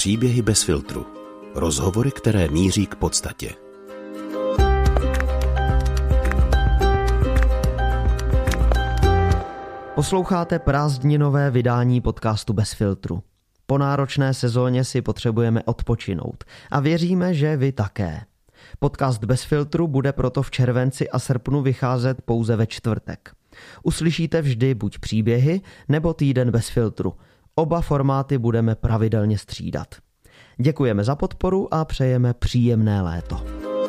Příběhy bez filtru. Rozhovory, které míří k podstatě. Posloucháte prázdninové vydání podcastu Bez filtru. Po náročné sezóně si potřebujeme odpočinout a věříme, že vy také. Podcast Bez filtru bude proto v červenci a srpnu vycházet pouze ve čtvrtek. Uslyšíte vždy buď příběhy, nebo týden bez filtru. Oba formáty budeme pravidelně střídat. Děkujeme za podporu a přejeme příjemné léto.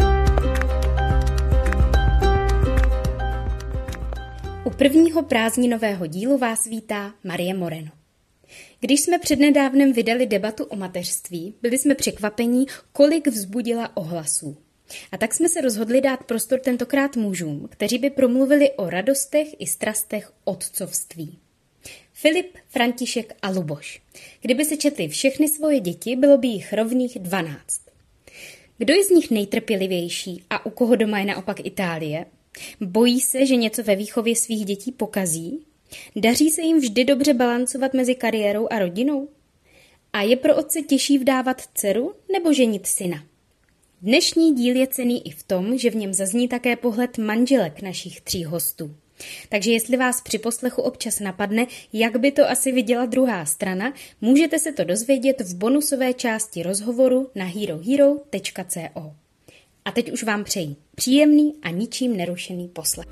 U prvního prázdninového dílu vás vítá Marie Moreno. Když jsme přednedávnem vydali debatu o mateřství, byli jsme překvapení, kolik vzbudila ohlasů. A tak jsme se rozhodli dát prostor tentokrát mužům, kteří by promluvili o radostech i strastech otcovství. Filip, František a Luboš. Kdyby se četli všechny svoje děti, bylo by jich rovných 12. Kdo je z nich nejtrpělivější a u koho doma je naopak Itálie? Bojí se, že něco ve výchově svých dětí pokazí? Daří se jim vždy dobře balancovat mezi kariérou a rodinou? A je pro otce těžší vdávat dceru nebo ženit syna? Dnešní díl je cenný i v tom, že v něm zazní také pohled manželek našich 3 hostů. Takže jestli vás při poslechu občas napadne, jak by to asi viděla druhá strana, můžete se to dozvědět v bonusové části rozhovoru na herohero.co. A teď už vám přeji příjemný a ničím nerušený poslech.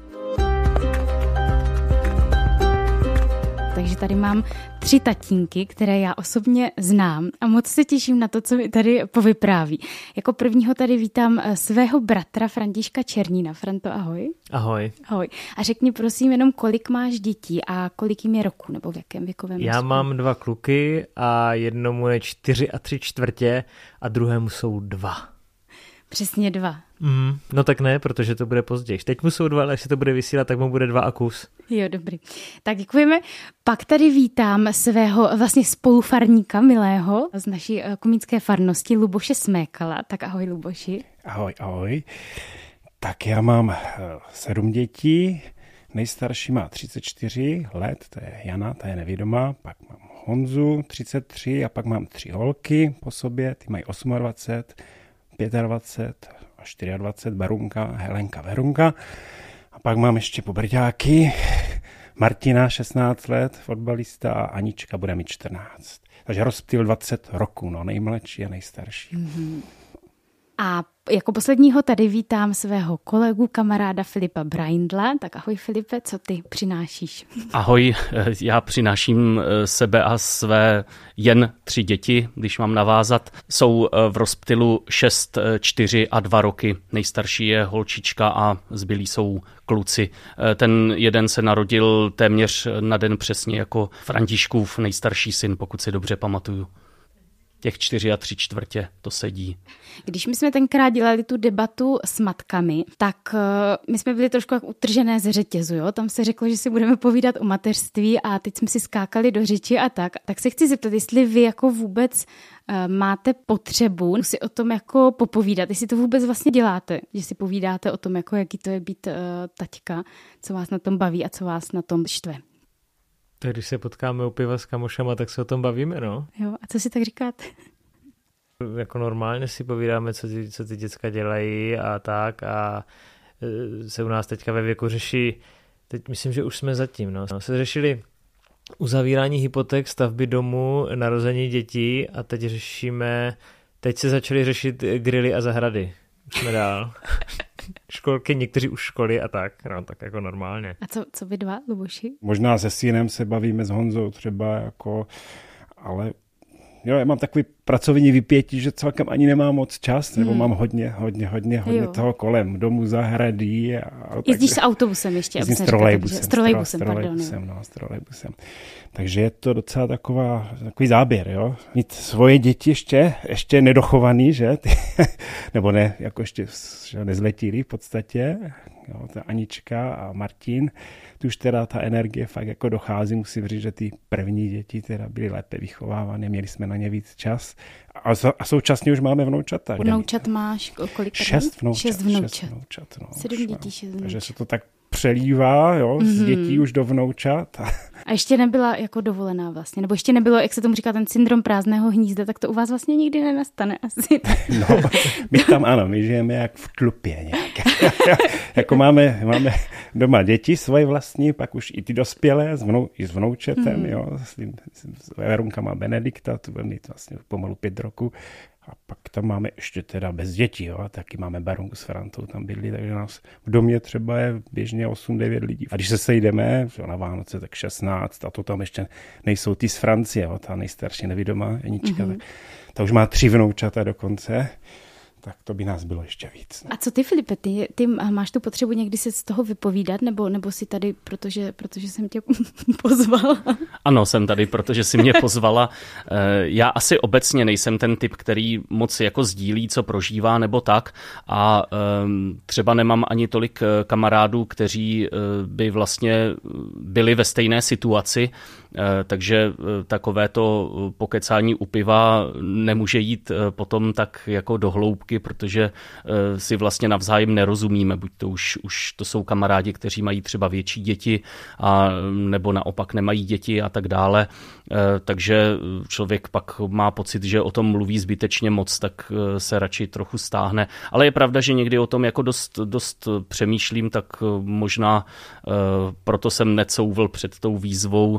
Takže tady mám 3 tatínky, které já osobně znám a moc se těším na to, co mi tady povypráví. Jako prvního tady vítám svého bratra Františka Černína. Franto, ahoj. Ahoj. Ahoj. A řekni prosím jenom, kolik máš dětí a kolik jim je roku, nebo v jakém věkovém Já mám 2 kluky a jednomu je 4 3/4 a druhému jsou 2. Přesně 2. No tak ne, protože to bude později. Teď mu jsou 2, ale jestli to bude vysílat, tak mu bude 2 a kus. Jo, dobrý. Tak děkujeme. Pak tady vítám svého vlastně spolufarníka milého z naší komické farnosti Luboše Smékala. Tak ahoj, Luboši. Ahoj, ahoj. Tak já mám 7 dětí. Nejstarší má 34 let, to je Jana, ta je nevědomá. Pak mám Honzu, 33 a pak mám 3 holky po sobě, ty mají 28, 25 a 24, Barunka, Helenka, Verunka. A pak mám ještě pobrďáky, Martina, 16 let, fotbalista a Anička bude mít 14. Takže rozptyl 20 roků, no, nejmladší a nejstarší. Mm-hmm. A jako posledního tady vítám svého kolegu, kamaráda Filipa Braindla. Tak ahoj Filipe, co ty přinášíš? Ahoj, já přináším sebe a své jen 3 děti, když mám navázat. Jsou v rozptylu 6, 4 a 2 roky. Nejstarší je holčička a zbylí jsou kluci. Ten jeden se narodil téměř na den přesně jako Františkův nejstarší syn, pokud si dobře pamatuju. Těch 4 3/4 to sedí. Když my jsme tenkrát dělali tu debatu s matkami, tak my jsme byli trošku jak utržené ze řetězu, jo? Tam se řeklo, že si budeme povídat o mateřství a teď jsme si skákali do řeči a tak. Tak se chci zeptat, jestli vy jako vůbec máte potřebu si o tom jako popovídat, jestli to vůbec vlastně děláte, že si povídáte o tom, jako jaký to je být taťka, co vás na tom baví a co vás na tom štve. Tak když se potkáme u piva s kamošama, tak se o tom bavíme, no. Jo, a co si tak říkáte? Jako normálně si povídáme, co ty děcka dělají a tak a se u nás teďka ve věku řeší, teď myslím, že už jsme zatím, no. Se řešili uzavírání hypoték, stavby domu, narození dětí a teď se začaly řešit grily a zahrady. Už jsme dál. Školky, někteří už školy a tak, no tak jako normálně. A co vy 2, Luboši? Možná se synem se bavíme s Honzou třeba, jako, ale jo, já mám takový pracovní vypětí, že celkem ani nemám moc čas, nebo mám hodně toho kolem, domu, zahrady. Jezdíš s autobusem ještě? Jezdím s trolejbusem. Takže je to docela takový záběr, jo. Mít svoje děti ještě nedochovaný, že? Nebo ne, jako ještě nezletilý v podstatě. Jo, ta Anička a Martin, tu už teda ta energie fakt jako dochází, musím říct, že ty první děti teda byly lépe vychovávané, měli jsme na ně víc čas a současně už máme vnoučata. Vnoučat máš kolik? 6 vnoučat. 7 dětí, 6 vnoučat. Takže se to tak přelívá, jo, z dětí už do vnoučat. A ještě nebyla jako dovolená vlastně, nebo ještě nebylo, jak se tomu říká, ten syndrom prázdného hnízda, tak to u vás vlastně nikdy nenastane asi. No, my žijeme jak v klupě nějak. Jako máme doma děti svoje vlastní, pak už i ty dospělé s vnoučetem, jo, Verunka má Benedikta, tu bude mít vlastně pomalu 5 roku. A pak tam máme ještě teda bez dětí, jo, a taky máme Barunku s Frantou tam bydlí, takže nás v domě třeba je běžně 8-9 lidí. A když se sejdeme na Vánoce, tak 16, a to tam ještě nejsou ty z Francie, jo, ta nejstarší nevidomá Janička, tak ta už má 3 vnoučata dokonce. Tak to by nás bylo ještě víc. A co ty, Filipe, ty máš tu potřebu někdy se z toho vypovídat, nebo jsi tady, protože jsem tě pozvala? Ano, jsem tady, protože jsi mě pozvala. Já asi obecně nejsem ten typ, který moc jako sdílí, co prožívá nebo tak, a třeba nemám ani tolik kamarádů, kteří by vlastně byli ve stejné situaci, takže takové to pokecání u piva nemůže jít potom tak jako do hloubky, protože si vlastně navzájem nerozumíme, buď to už to jsou kamarádi, kteří mají třeba větší děti, a nebo naopak nemají děti a tak dále, takže člověk pak má pocit, že o tom mluví zbytečně moc, tak se radši trochu stáhne. Ale je pravda, že někdy o tom jako dost přemýšlím, tak možná proto jsem necouvl před tou výzvou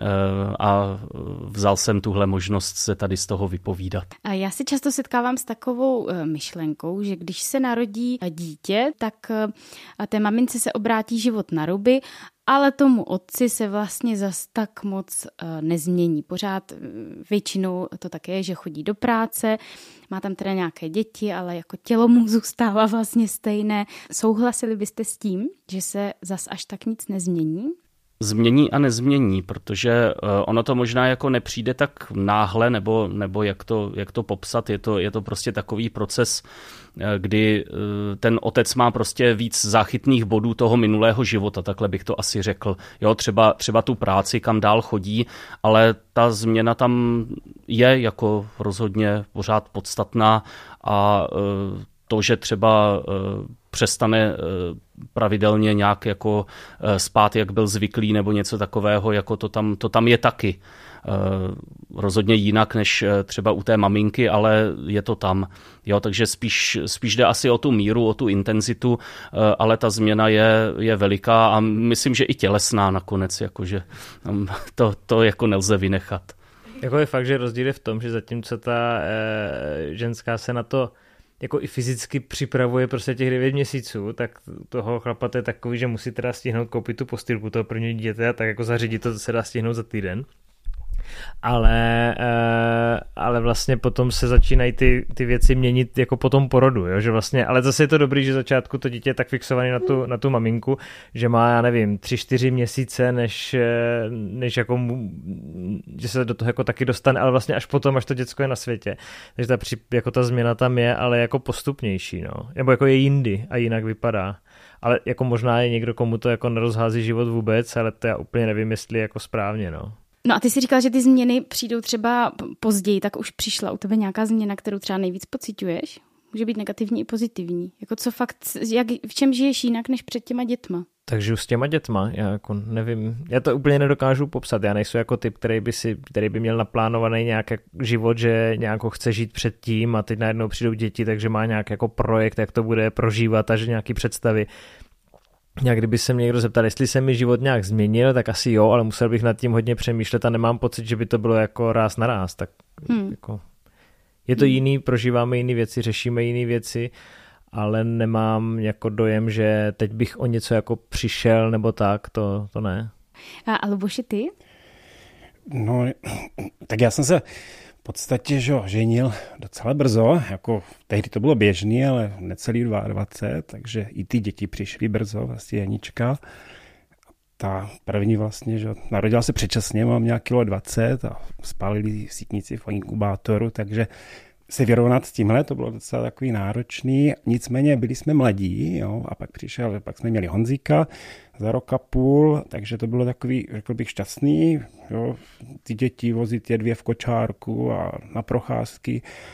a vzal jsem tuhle možnost se tady z toho vypovídat. A já se často setkávám s takovou myšlenkou, že když se narodí dítě, tak té mamince se obrátí život na ruby, ale tomu otci se vlastně zas tak moc nezmění. Pořád většinou to tak je, že chodí do práce, má tam teda nějaké děti, ale jako tělo mu zůstává vlastně stejné. Souhlasili byste s tím, že se zas až tak nic nezmění? Změní a nezmění, protože ono to možná jako nepřijde tak náhle, nebo jak to popsat, je to prostě takový proces, kdy ten otec má prostě víc záchytných bodů toho minulého života, takhle bych to asi řekl. Jo, třeba tu práci, kam dál chodí, ale ta změna tam je jako rozhodně pořád podstatná, a to, že třeba přestane pravidelně nějak jako spát, jak byl zvyklý, nebo něco takového, jako to tam je taky. Rozhodně jinak než třeba u té maminky, ale je to tam. Jo, takže spíš jde asi o tu míru, o tu intenzitu, ale ta změna je veliká a myslím, že i tělesná nakonec, jakože to jako nelze vynechat. Jako je fakt, že rozdíl je v tom, že zatímco ta ženská se na to jako i fyzicky připravuje prostě těch 9 měsíců, tak toho chlapa to je takový, že musí teda stihnout koupit tu postýlku toho prvního dítěte a tak jako zařídit to se dá stihnout za týden. Ale vlastně potom se začínají ty věci měnit jako po tom porodu, jo? Že vlastně, ale zase je to dobrý, že začátku to dítě je tak fixovaný na tu maminku, že má, já nevím, 3-4 měsíce, než jako že se do toho jako taky dostane, ale vlastně až potom, až to děcko je na světě. Takže jako ta změna tam je, ale jako postupnější, no. Nebo jako je jindy a jinak vypadá. Ale jako možná je někdo, komu to jako nerozhází život vůbec, ale to já úplně nevím, jestli jako správně, no. No a ty jsi říkal, že ty změny přijdou třeba později, tak už přišla u tebe nějaká změna, kterou třeba nejvíc pociťuješ? Může být negativní i pozitivní. Jako co fakt, v čem žiješ jinak než před těma dětma? Tak žiju s těma dětma, já jako nevím, já to úplně nedokážu popsat, já nejsem jako typ, který by měl naplánovaný nějaký život, že nějak chce žít předtím a teď najednou přijdou děti, takže má nějaký jako projekt, jak to bude prožívat a že nějaký představy. Jak kdyby se mě někdo zeptal, jestli se mi život nějak změnil, tak asi jo, ale musel bych nad tím hodně přemýšlet a nemám pocit, že by to bylo jako ráz na ráz. Tak jako, je to jiný, prožíváme jiné věci, řešíme jiné věci, ale nemám jako dojem, že teď bych o něco jako přišel nebo tak, to ne. A Luboši, ty? No, tak já jsem se v podstatě ženil docela brzo, jako tehdy to bylo běžný, ale necelý 22, takže i ty děti přišly brzo, vlastně Janička. Ta první vlastně, narodila se předčasně, mám nějak 20 kg a spálili sítnici v inkubátoru, takže se vyrovnat s tímhle, to bylo docela takový náročný, nicméně byli jsme mladí, jo, a pak jsme měli Honzíka za rok a půl, takže to bylo takový, řekl bych, šťastný, jo, ty děti vozit je 2 v kočárku a na procházky,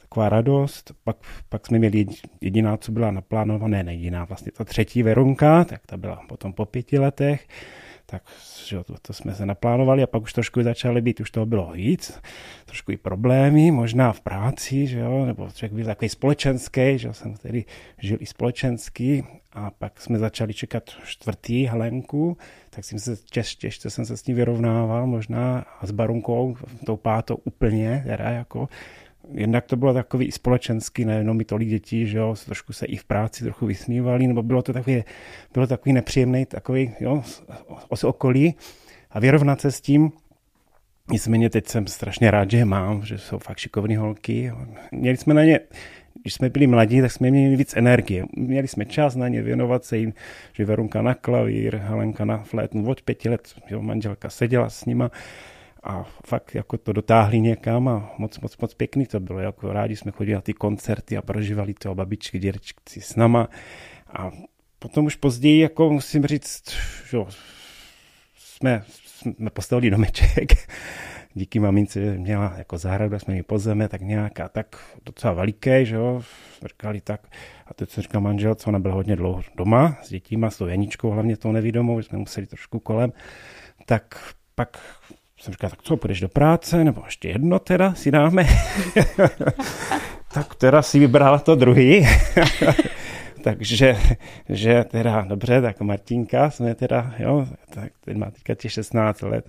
taková radost. Pak jsme měli jediná, co byla naplánovaná, ne jediná, vlastně ta třetí Veronka, tak ta byla potom po 5 letech. Tak že to jsme se naplánovali a pak už trošku začaly být, už toho bylo víc, trošku i problémy, možná v práci, že jo, nebo člověk byl takový společenský, že jo, jsem tedy žil i společensky a pak jsme začali čekat 4. Helenku, tak těžce jsem se s ní vyrovnával možná a s Barunkou, tou 5. úplně, teda jako. Jednak to bylo takový společenský, nejenom i tolik dětí, že jo, trošku se i v práci trochu vysmívali, nebo bylo takový nepříjemný, takový, jo, okolí a vyrovnat se s tím. Nicméně teď jsem strašně rád, že je mám, že jsou fakt šikovný holky. Měli jsme na ně, když jsme byli mladí, tak jsme měli víc energie. Měli jsme čas na ně věnovat se jim, že Verunka na klavír, Helenka na flétnu od 5 let, jo, manželka seděla s nima. A fakt jako to dotáhli někam a moc pěkný to bylo. Jako rádi jsme chodili na ty koncerty a prožívali to babičky, dědečci s náma. A potom už později, jako musím říct, že jsme postavili domeček. Díky mamince, že měla jako zahradu, jsme mi pozeme, tak nějaká tak docela veliký, že jo, říkali tak. A teď se říkal manželce, ona byla hodně dlouho doma s dětíma, s tou Janičkou, hlavně tou nevidomou, že jsme museli trošku kolem. Tak pak jsem říkal, tak co, půjdeš do práce, nebo ještě jedno teda si dáme. Tak teda si vybrala to druhý. Takže že teda dobře, tak Martinka jsme teda, jo, tak teď má teďka 16 let.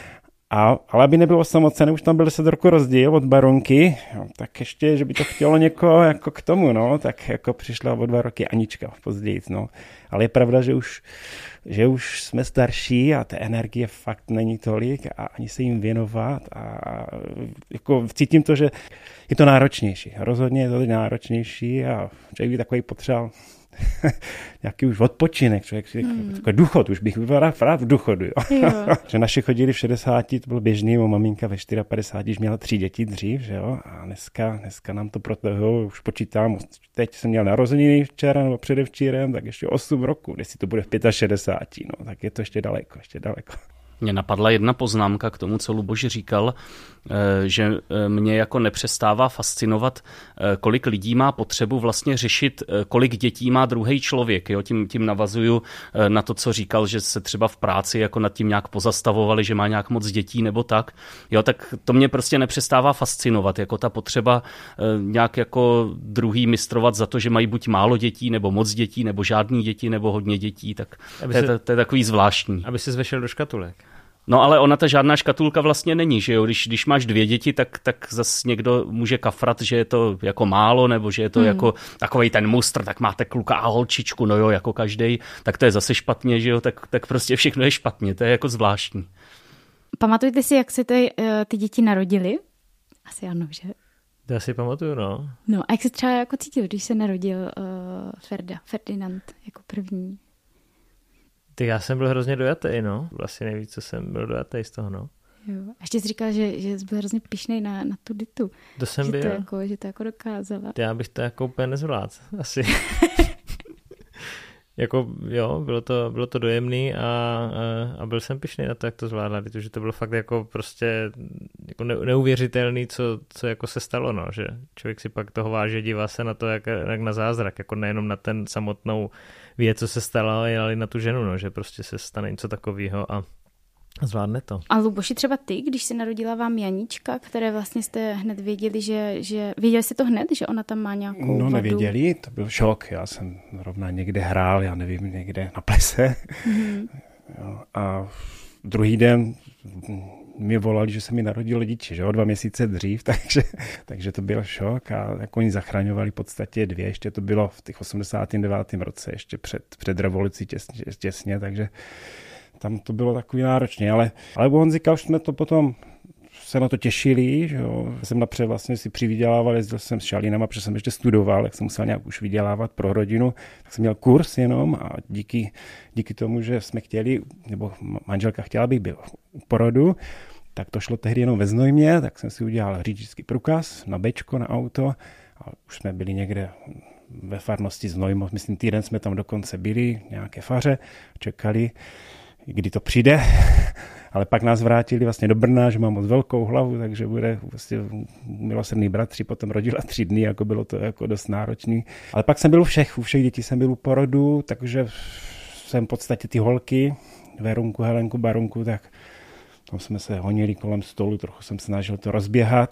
Ale aby nebylo samocené, už tam byl 10 roku rozdíl od Baronky, jo, tak ještě, že by to chtělo někoho jako k tomu, no, tak jako přišla o 2 roky Anička později, no. Ale je pravda, že už jsme starší a té energie fakt není tolik a ani se jim věnovat a jako cítím to, že je to náročnější. Rozhodně je to náročnější a člověk by takový potřeboval nějaký už odpočinek, člověk takový důchod, už bych vypadal v důchodu. Jo. Že naši chodili v 60, to bylo běžný, maminka ve 54, už měla 3 děti dřív, že jo, a dneska nám to proto, už počítám, teď jsem měl narozeniny včera nebo předevčírem, tak ještě 8 roku, jestli to bude v 65, no, tak je to ještě daleko. Mně napadla jedna poznámka k tomu, co Luboš říkal, že mě jako nepřestává fascinovat, kolik lidí má potřebu vlastně řešit, kolik dětí má druhý člověk. Jo? Tím navazuju na to, co říkal, že se třeba v práci jako nad tím nějak pozastavovali, že má nějak moc dětí nebo tak. Jo, tak to mě prostě nepřestává fascinovat, jako ta potřeba nějak jako druhý mistrovat za to, že mají buď málo dětí, nebo moc dětí, nebo žádný děti, nebo hodně dětí, tak to je takový zvláštní. Aby se zvešel do škatulek. No ale ona ta žádná škatulka vlastně není, že jo, když máš 2 děti, tak zase někdo může kafrat, že je to jako málo, nebo že je to jako takovej ten mustr, tak máte kluka a holčičku, no jo, jako každej, tak to je zase špatně, že jo, tak prostě všechno je špatně, to je jako zvláštní. Pamatujete si, jak se ty děti narodily? Asi ano, že? Já si pamatuju, no. No a jak se třeba jako cítil, když se narodil Ferdinand jako první? Tak já jsem byl hrozně dojatý, no. Vlastně nejvíc, co jsem byl dojatý z toho, no. Jo. A ještě jsi říkal, že jsi byl hrozně pyšnej na tu Ditu. To jsem byl. Že to jako dokázala. Já bych to jako úplně nezvládl, asi. Jako, jo, bylo to dojemný a byl jsem pyšnej na to, jak to zvládla, protože to bylo fakt jako prostě jako neuvěřitelný, co jako se stalo, no, že člověk si pak toho váže, dívá se na to jak na zázrak, jako nejenom na ten samotnou věc, co se stalo, ale i na tu ženu, no, že prostě se stane něco takového a zvládne to. A Luboši, třeba ty, když se narodila vám Janička, které vlastně jste hned věděli, že věděli jste to hned, že ona tam má nějakou vadu? Nevěděli, to byl šok, já jsem rovna někde hrál, já nevím, někde na plese. Jo, a druhý den mi volali, že se mi narodili děti, že o 2 měsíce dřív, takže to byl šok a jako oni zachraňovali v podstatě 2, ještě to bylo v těch 89. roce, ještě před revolucí těsně, takže tam to bylo takový náročné, ale u Honzika už jsme to potom se na to těšili, že jo. Jsem napřed vlastně si přivydělával, jezdil jsem s šalínama, protože jsem ještě studoval, jak jsem musel nějak už vydělávat pro rodinu, tak jsem měl kurz jenom a díky tomu, že jsme chtěli, nebo manželka chtěla, abych byl u porodu, tak to šlo tehdy jenom ve Znojmě, tak jsem si udělal řidičský průkaz na Bčko, na auto a už jsme byli někde ve farnosti Znojmo, myslím týden jsme tam dokonce byli, nějaké faře, čekali, kdy to přijde Ale pak nás vrátili vlastně do Brna, že mám moc velkou hlavu, takže bude vlastně milosrdný bratři, potom rodila 3 dny, jako bylo to jako dost náročný. Ale pak jsem byl u všech dětí jsem byl u porodu, takže jsem v podstatě ty holky, Verunku, Helenku, Barunku, tak tam jsme se honili kolem stolu, trochu jsem snažil to rozběhat.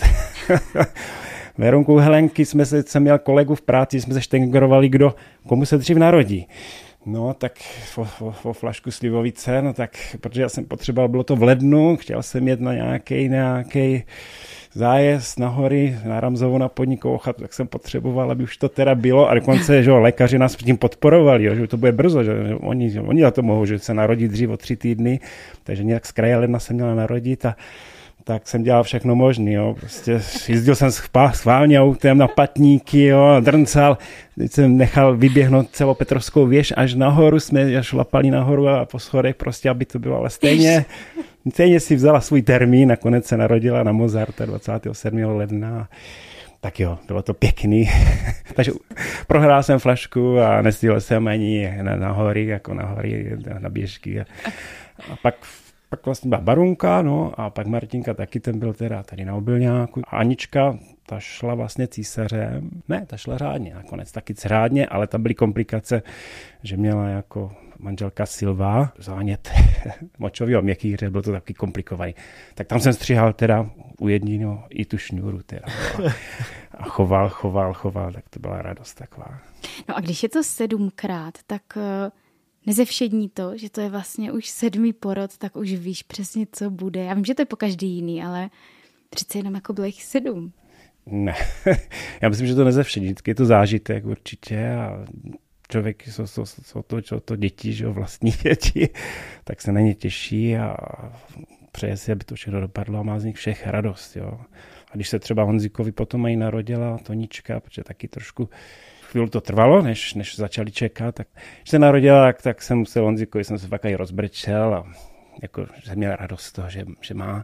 Verunku, Helenky jsem měl kolegu v práci, jsme se štengrovali, komu se dřív narodí. No, tak o flašku slivovice, no tak, protože já jsem potřeboval, bylo to v lednu, chtěl jsem jet na nějaký zájezd na hory, na Ramzovu, na Podnikovou chatu, tak jsem potřeboval, aby už to teda bylo a dokonce, že lékaři nás tím podporovali, že to bude brzo, že oni za to mohou, že se narodí dřív o 3 týdny, takže nějak z kraje ledna jsem měla narodit a tak jsem dělal všechno možný, jo. Prostě jezdil jsem schválně autem na patníky, jo, drncal, teď jsem nechal vyběhnout celou Petrovskou věž až nahoru, jsme šlapali nahoru a po schodech prostě, aby to bylo, ale stejně si vzala svůj termín, nakonec se narodila na Mozarta 27. ledna. Tak jo, bylo to pěkný. Takže prohrál jsem flašku a nestihl jsem ani na hory, jako na hory, na běžky. A pak vlastně byla Barunka, no a pak Martinka taky, ten byl teda tady na Obilňáku. A Anička, ta šla vlastně císařem. Ne, ta šla řádně, nakonec taky řádně, ale tam byly komplikace, že měla jako manželka Silva zánět močového měchýře, bylo to taky komplikovaný. Tak tam jsem stříhal teda u jedního i tu šňůru teda. A choval, tak to byla radost taková. No a když je to 7krát, tak nezevšední to, že to je vlastně už 7. porod, tak už víš přesně, co bude. Já vím, že to je po každý jiný, ale přece jenom jako bylo jich 7. Ne, já myslím, že to nezevšední, je to zážitek určitě a člověk jsou to děti, že jo, vlastní děti, tak se na ně těší a přeje si, aby to všechno dopadlo a má z nich všech radost, jo. A když se třeba Honzíkovi potom i narodila Tonička, protože taky trošku chvíli to trvalo, než začali čekat, tak když se narodila, tak jsem musel Honzíkovi, jsem se fakt i rozbrečel a jako, že jsem měl radost z toho, že má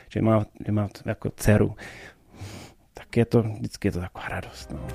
jako dceru. Tak vždycky je to taková radost, no.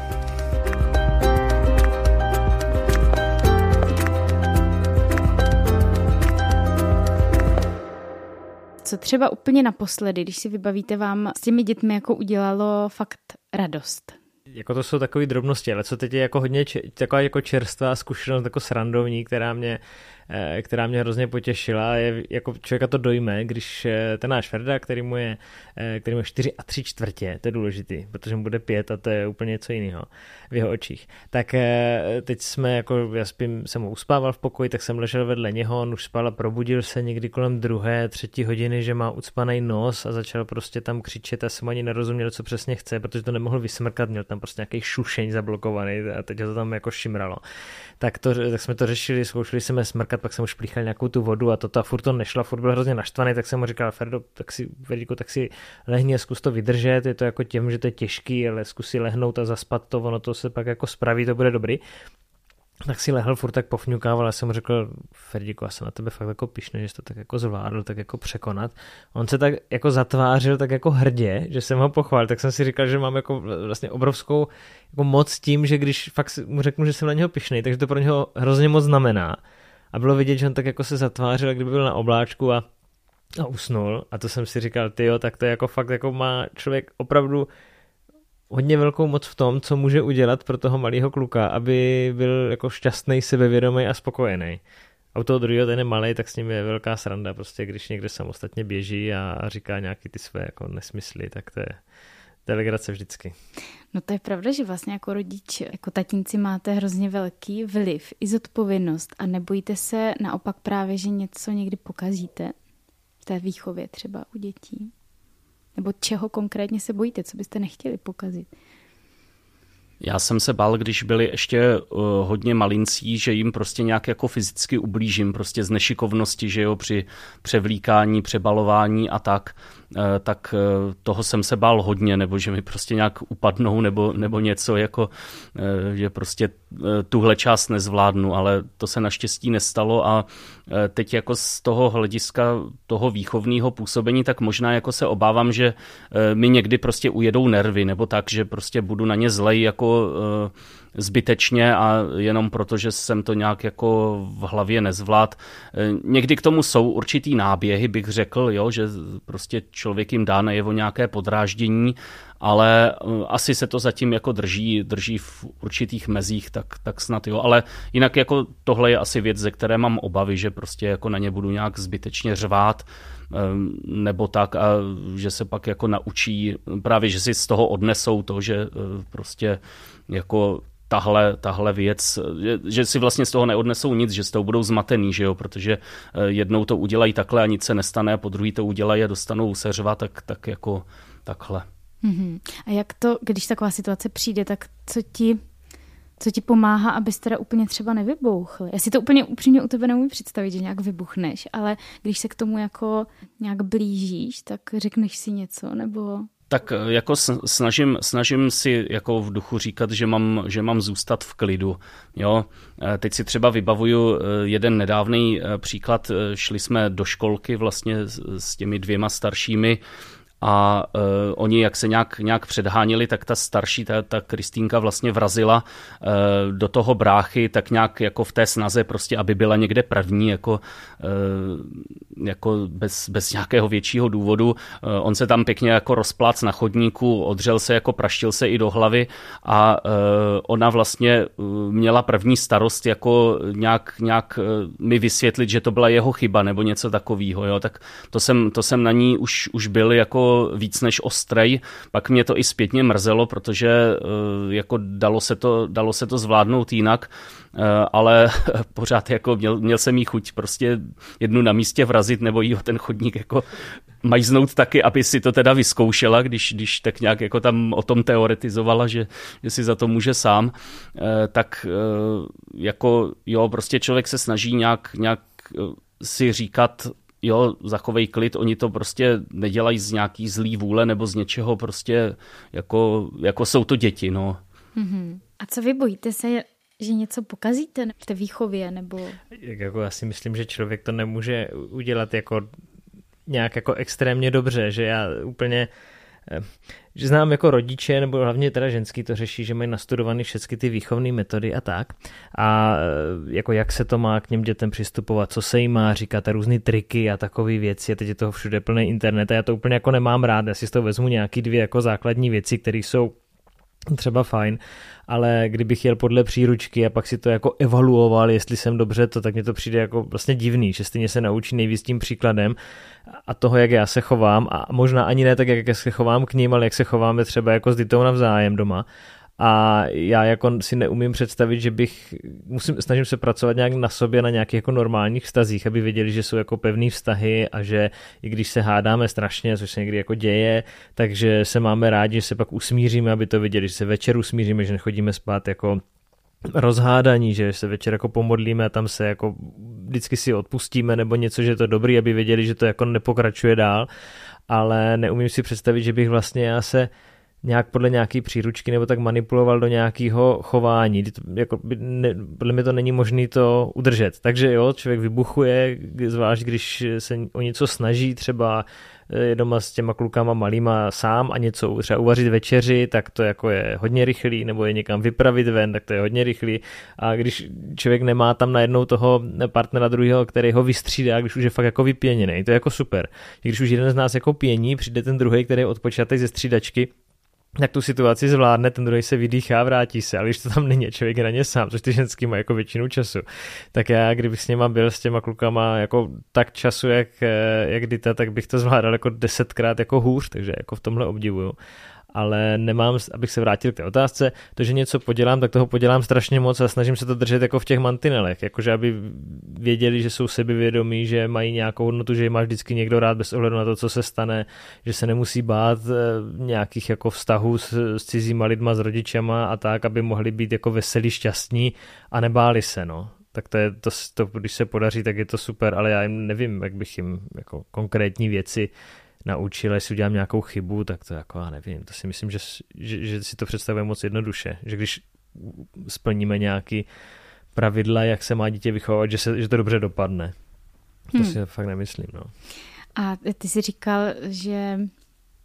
Co třeba úplně naposledy, když si vybavíte, vám s těmi dětmi jako udělalo fakt radost? Jako to jsou takové drobnosti, ale co teď je jako hodně taková jako čerstvá zkušenost jako srandovní, která mě hrozně potěšila. Je, jako člověka to dojme, když ten náš Ferda, který mu je 4 3/4, to je důležitý, protože mu bude 5 a to je úplně něco jiného v jeho očích. Tak teď jsem mu uspával v pokoji, tak jsem ležel vedle něho, on už spal a probudil se někdy kolem 2., 3 hodiny, že má ucpaný nos a začal prostě tam křičet a jsem ani nerozuměl, co přesně chce, protože to nemohl vysmrkat, měl tam prostě nějaký šušeň zablokovaný a teď ho to tam jako šimralo. Tak jsme to řešili, zkoušeli jsme smrkat, pak jsem už plíchal nějakou tu vodu a furt to nešlo, furt byl hrozně naštvaný, tak jsem mu říkal, Ferdo, tak si lehni a zkus to vydržet, je to jako tím, že to je těžký, ale zkus si lehnout a zaspat to, ono to se pak jako spraví, to bude dobrý. Tak si lehl, furt tak pofňukával, já jsem mu řekl, Ferdíku, já jsem na tebe fakt jako pyšný, že jsi to tak jako zvládl, tak jako překonat. On se tak jako zatvářil tak jako hrdě, že jsem ho pochválil, tak jsem si říkal, že mám jako vlastně obrovskou jako moc tím, že když fakt mu řeknu, že jsem na něho pyšný, takže to pro něho hrozně moc znamená. A bylo vidět, že on tak jako se zatvářil, kdyby byl na obláčku a usnul. A to jsem si říkal, tyjo, tak to je jako fakt jako má člověk opravdu hodně velkou moc v tom, co může udělat pro toho malého kluka, aby byl jako šťastný, sebevědomý a spokojený. A u toho druhého, ten je malej, tak s ním je velká sranda, prostě když někde samostatně běží a říká nějaký ty své jako nesmysly, tak to je legrace vždycky. No to je pravda, že vlastně jako rodič, jako tatínci máte hrozně velký vliv i zodpovědnost a nebojíte se naopak právě, že něco někdy pokazíte v té výchově třeba u dětí? Nebo čeho konkrétně se bojíte, co byste nechtěli pokazit? Já jsem se bál, když byli ještě hodně malincí, že jim prostě nějak jako fyzicky ublížím, prostě z nešikovnosti, že jo, při převlíkání, přebalování a tak toho jsem se bál hodně, nebo že mi prostě nějak upadnou, nebo něco, jako, že prostě tuhle část nezvládnu, ale to se naštěstí nestalo a teď jako z toho hlediska toho výchovného působení, tak možná jako se obávám, že mi někdy prostě ujedou nervy, nebo tak, že prostě budu na ně zlej jako jako zbytečně a jenom proto, že jsem to nějak jako v hlavě nezvlád. Někdy k tomu jsou určitý náběhy, bych řekl, jo, že prostě člověk jim dá najevo nějaké podráždění, ale asi se to zatím jako drží v určitých mezích, tak snad jo. Ale jinak jako tohle je asi věc, ze které mám obavy, že prostě jako na ně budu nějak zbytečně řvát, nebo tak, a že se pak jako naučí, právě že si z toho odnesou to, že prostě jako tahle věc, že si vlastně z toho neodnesou nic, že z toho budou zmatený, že jo, protože jednou to udělají takhle a nic se nestane a po druhý to udělají a dostanou seřva, tak jako takhle. A jak to, když taková situace přijde, tak co ti pomáhá, abys teda úplně třeba nevybouchl? Já si to úplně upřímně u tebe nemůžu představit, že nějak vybuchneš, ale když se k tomu jako nějak blížíš, tak řekneš si něco, nebo... Tak jako snažím si jako v duchu říkat, že mám zůstat v klidu. Jo? Teď si třeba vybavuju jeden nedávný příklad. Šli jsme do školky vlastně s těmi 2 staršími a oni, jak se nějak předháněli, tak ta starší, ta Kristýnka vlastně vrazila do toho bráchy tak nějak jako v té snaze prostě, aby byla někde první, jako bez nějakého většího důvodu. On se tam pěkně jako rozplác na chodníku, odřel se, jako praštil se i do hlavy a ona vlastně měla první starost jako nějak mi vysvětlit, že to byla jeho chyba nebo něco takového. Jo? Tak to jsem na ní už byl jako víc než ostrej, pak mě to i zpětně mrzelo, protože jako dalo se to zvládnout jinak, ale pořád jako měl jsem jí chuť prostě jednu na místě vrazit nebo jí ten chodník jako majznout taky, aby si to teda vyzkoušela, když tak nějak jako tam o tom teoretizovala, že si za to může sám, tak jako jo, prostě člověk se snaží nějak si říkat, jo, zachovej klid, oni to prostě nedělají z nějaký zlý vůle nebo z něčeho prostě, jako jsou to děti, no. A co vy bojíte se, že něco pokazíte v té výchově, nebo... Jako já si myslím, že člověk to nemůže udělat jako nějak jako extrémně dobře, že já úplně... Že znám jako rodiče, nebo hlavně teda ženský to řeší, že mají nastudovaný všechny ty výchovné metody a tak. A jako jak se to má k těm dětem přistupovat, co se jim má říkat, a různý triky a takové věci. A teď je toho všude plný internet a já to úplně jako nemám rád. Já si z toho vezmu nějaký 2 jako základní věci, které jsou třeba fajn, ale kdybych jel podle příručky a pak si to jako evaluoval, jestli jsem dobře to, tak mně to přijde jako vlastně divný, že stejně se naučí nejvíc tím příkladem a toho, jak já se chovám, a možná ani ne tak, jak se chovám k ním, ale jak se chováme třeba jako s Ditou navzájem doma. A já jako si neumím představit, že snažím se pracovat nějak na sobě, na nějakých jako normálních vztazích, aby věděli, že jsou jako pevný vztahy a že i když se hádáme strašně, což se někdy jako děje, takže se máme rádi, že se pak usmíříme, aby to viděli, že se večer usmíříme, že nechodíme spát jako rozhádaní, že se večer jako pomodlíme a tam se jako vždycky si odpustíme nebo něco, že je to dobrý, aby věděli, že to jako nepokračuje dál, ale neumím si představit, že bych vlastně já se nějak podle nějaký příručky nebo tak manipuloval do nějakého chování. Podle mě to není možné to udržet. Takže jo, člověk vybuchuje, zvlášť když se o něco snaží, třeba je doma s těma klukama malýma sám a něco třeba uvařit večeři, tak to jako je hodně rychlý, nebo je někam vypravit ven, tak to je hodně rychlý. A když člověk nemá tam najednou toho partnera druhého, který ho vystřídá, když už je fakt jako vypěněný, to je jako super. Když už jeden z nás jako pění, přijde ten druhý, který je odpočatý ze střídačky, tak tu situaci zvládne, ten druhý se vydýchá, vrátí se, ale když to tam není, člověk je na ně sám, což ty ženský mají jako většinu času, tak já, kdybych s něma byl, s těma klukama jako tak času, jak Dita, tak bych to zvládal jako 10krát jako hůř, takže jako v tomhle obdivuju. Ale nemám, abych se vrátil k té otázce, to, že něco podělám, tak toho podělám strašně moc a snažím se to držet jako v těch mantinelech, jakože aby věděli, že jsou sebevědomí, že mají nějakou hodnotu, že je má vždycky někdo rád bez ohledu na to, co se stane, že se nemusí bát nějakých jako vztahů s cizíma lidma, s rodičema a tak, aby mohli být jako veselí, šťastní a nebáli se, no. Tak to je to, když se podaří, tak je to super, ale já jim nevím, jak bych jim jako konkrétní věci naučil, jestli udělám nějakou chybu, tak to jako já nevím. To si myslím, že si to představuje moc jednoduše. Že když splníme nějaký pravidla, jak se má dítě vychovat, že to dobře dopadne. To si fakt nemyslím. No. A ty jsi říkal,